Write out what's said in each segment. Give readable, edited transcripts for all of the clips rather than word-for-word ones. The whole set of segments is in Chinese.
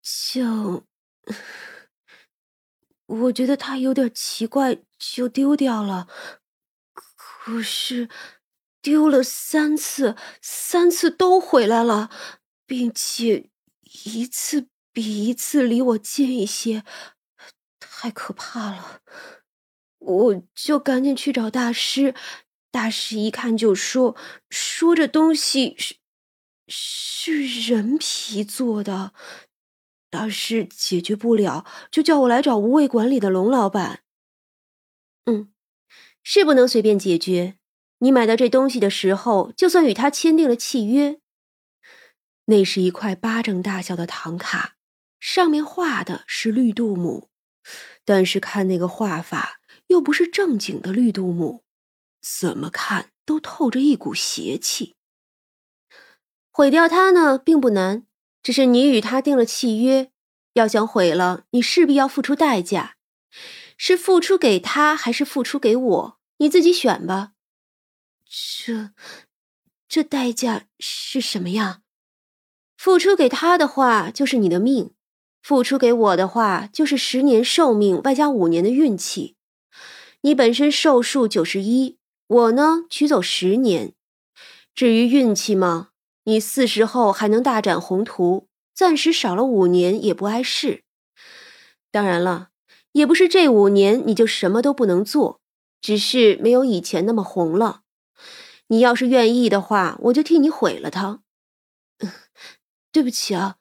就我觉得它有点奇怪，就丢掉了。可是丢了3次，3次都回来了，并且一次比一次离我近一些，太可怕了。我就赶紧去找大师，大师一看就说这东西是人皮做的。大师解决不了，就叫我来找无畏馆里的龙老板。是不能随便解决。你买到这东西的时候，就算与他签订了契约。那是一块巴掌大小的唐卡，上面画的是绿度母，但是看那个画法，又不是正经的绿度母，怎么看都透着一股邪气。毁掉它呢，并不难，只是你与他订了契约，要想毁了，你势必要付出代价。是付出给他，还是付出给我？你自己选吧。这代价是什么呀？付出给他的话，就是你的命；付出给我的话，就是10年寿命外加5年的运气。你本身寿数91，我呢取走10年。至于运气嘛，你40后还能大展宏图，暂时少了5年也不碍事。当然了，也不是这5年你就什么都不能做，只是没有以前那么红了。你要是愿意的话，我就替你毁了它。对不起啊，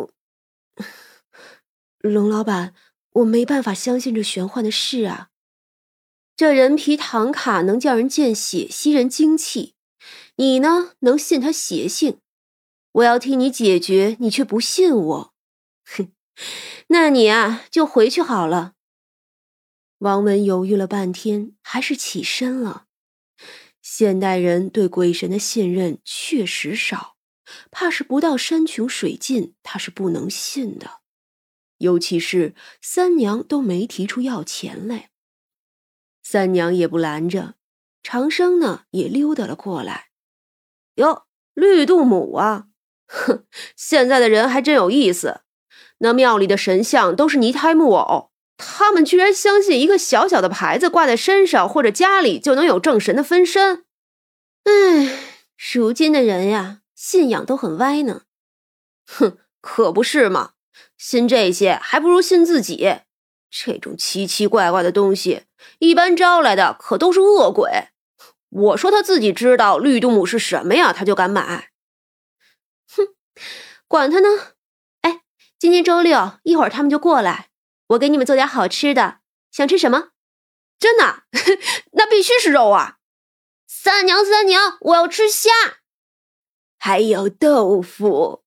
龙老板，我没办法相信这玄幻的事啊。这人皮唐卡能叫人见血，吸人精气，你呢，能信他邪性。我要替你解决，你却不信我。哼，那你啊，就回去好了。王文犹豫了半天，还是起身了。现代人对鬼神的信任确实少，怕是不到山穷水尽，他是不能信的。尤其是三娘都没提出要钱来。三娘也不拦着，长生呢也溜达了过来。哟，绿度母啊，哼，现在的人还真有意思。那庙里的神像都是泥胎木偶，他们居然相信一个小小的牌子挂在身上或者家里就能有正神的分身。唉，如今的人呀，信仰都很歪呢。哼，可不是嘛，信这些还不如信自己。这种奇奇怪怪的东西，一般招来的可都是恶鬼。我说他自己知道绿度母是什么呀，他就敢买。哼，管他呢。哎，今天周六，一会儿他们就过来，我给你们做点好吃的，想吃什么？真的？那必须是肉啊！三娘，我要吃虾，还有豆腐。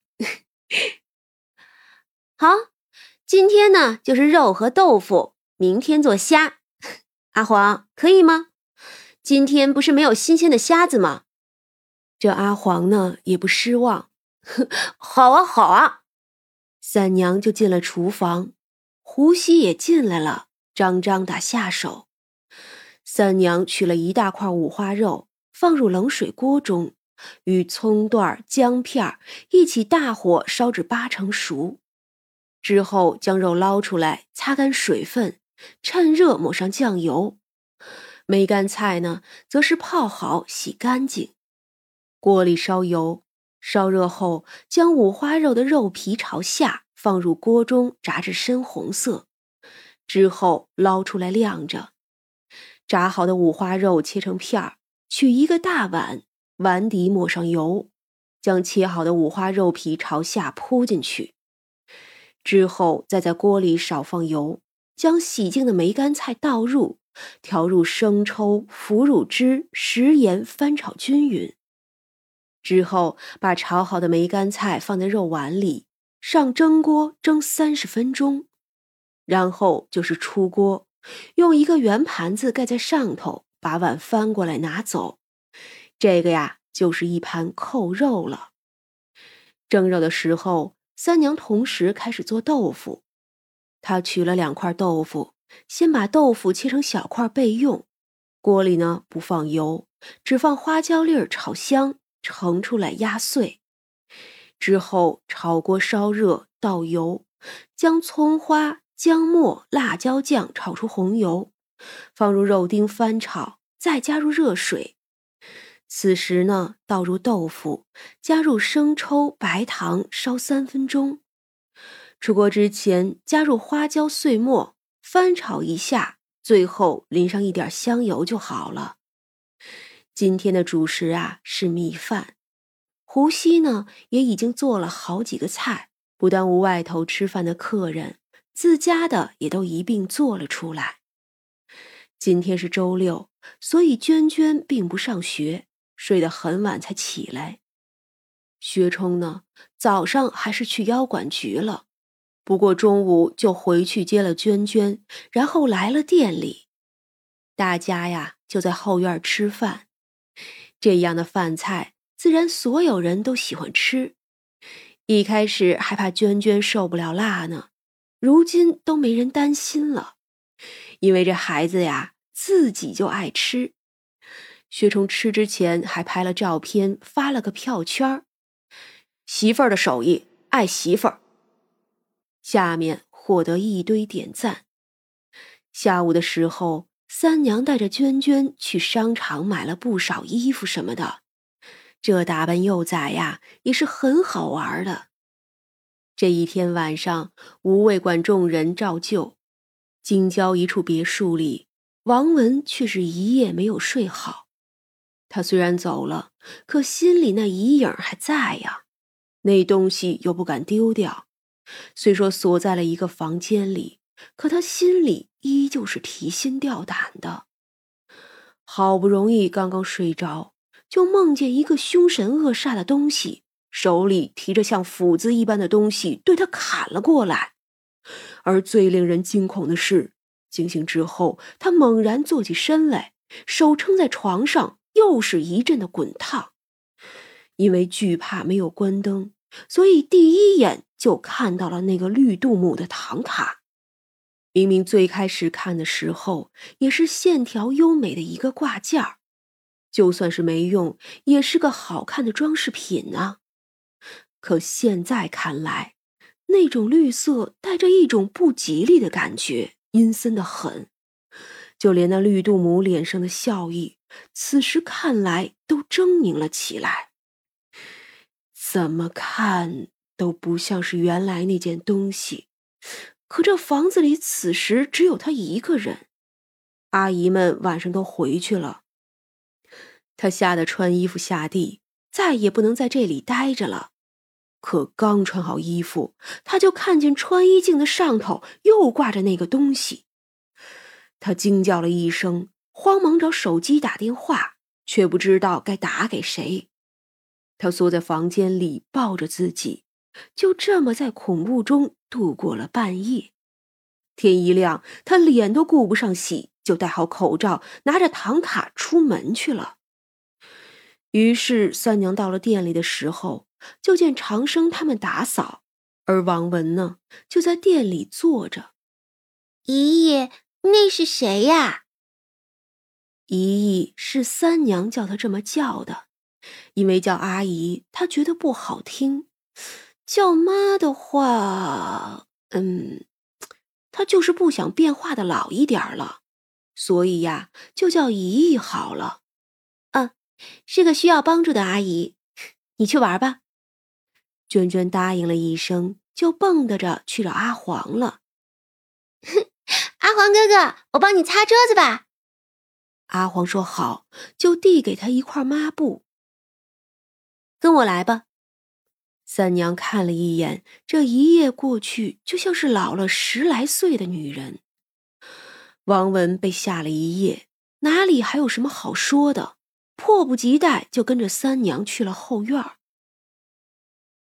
好，今天呢就是肉和豆腐，明天做虾。阿黄，可以吗？今天不是没有新鲜的虾子吗？这阿黄呢也不失望。好啊好啊。三娘就进了厨房，胡希也进来了，张张打下手。三娘取了一大块五花肉，放入冷水锅中，与葱段、姜片一起大火烧至80%熟。之后将肉捞出来，擦干水分，趁热抹上酱油。梅干菜呢，则是泡好洗干净。锅里烧油，烧热后，将五花肉的肉皮朝下放入锅中炸至深红色，之后捞出来晾着。炸好的五花肉切成片儿，取一个大碗，碗底抹上油，将切好的五花肉皮朝下铺进去。之后再在锅里少放油，将洗净的梅干菜倒入，调入生抽、腐乳汁、食盐翻炒均匀。之后把炒好的梅干菜放在肉碗里，上蒸锅蒸30分钟。然后就是出锅，用一个圆盘子盖在上头，把碗翻过来拿走。这个呀，就是一盘扣肉了。蒸肉的时候，三娘同时开始做豆腐。她取了2块豆腐，先把豆腐切成小块备用。锅里呢不放油，只放花椒粒炒香，盛出来压碎。之后炒锅烧热，倒油， 将葱花、姜末、辣椒酱炒出红油，放入肉丁翻炒，再加入热水。此时呢，倒入豆腐，加入生抽、白糖，烧3分钟。出锅之前加入花椒碎末，翻炒一下，最后淋上一点香油就好了。今天的主食啊是米饭。胡西呢也已经做了好几个菜，不耽误外头吃饭的客人，自家的也都一并做了出来。今天是周六，所以娟娟并不上学，睡得很晚才起来。薛冲呢，早上还是去腰管局了，不过中午就回去接了娟娟，然后来了店里。大家呀就在后院吃饭，这样的饭菜自然所有人都喜欢吃。一开始还怕娟娟受不了辣呢，如今都没人担心了，因为这孩子呀自己就爱吃。薛冲吃之前还拍了照片，发了个票圈，媳妇儿的手艺，爱媳妇儿。下面获得一堆点赞。下午的时候，三娘带着娟娟去商场买了不少衣服什么的，这打扮幼崽呀也是很好玩的。这一天晚上，吴卫管众人照旧。京郊一处别墅里，王文却是一夜没有睡好。他虽然走了，可心里那遗影还在呀，那东西又不敢丢掉。虽说锁在了一个房间里，可他心里依旧是提心吊胆的。好不容易刚刚睡着，就梦见一个凶神恶煞的东西，手里提着像斧子一般的东西对他砍了过来。而最令人惊恐的是，惊醒之后，他猛然坐起身来，手撑在床上，又是一阵的滚烫。因为惧怕没有关灯，所以第一眼就看到了那个绿度母的唐卡。明明最开始看的时候也是线条优美的一个挂件儿，就算是没用也是个好看的装饰品啊。可现在看来，那种绿色带着一种不吉利的感觉，阴森得很。就连那绿度母脸上的笑意，此时看来都狰狞了起来。怎么看都不像是原来那件东西，可这房子里此时只有他一个人，阿姨们晚上都回去了。他吓得穿衣服下地，再也不能在这里待着了。可刚穿好衣服，他就看见穿衣镜的上头又挂着那个东西。他惊叫了一声，慌忙找手机打电话，却不知道该打给谁。他缩在房间里抱着自己，就这么在恐怖中度过了半夜。天一亮，他脸都顾不上洗，就戴好口罩，拿着唐卡出门去了。于是三娘到了店里的时候，就见长生他们打扫，而王文呢，就在店里坐着。 姨姨，那是谁呀？ 姨姨是三娘叫她这么叫的，因为叫阿姨她觉得不好听，叫妈的话，她就是不想变化的老一点了，所以呀，就叫姨姨好了。是个需要帮助的阿姨，你去玩吧。娟娟答应了一声，就蹦跶着去找阿黄了。 阿黄哥哥，我帮你擦桌子吧。 阿黄说好，就递给他一块抹布。跟我来吧。三娘看了一眼，这一夜过去，就像是老了10来岁的女人。王文被吓了一夜，哪里还有什么好说的，迫不及待就跟着三娘去了后院。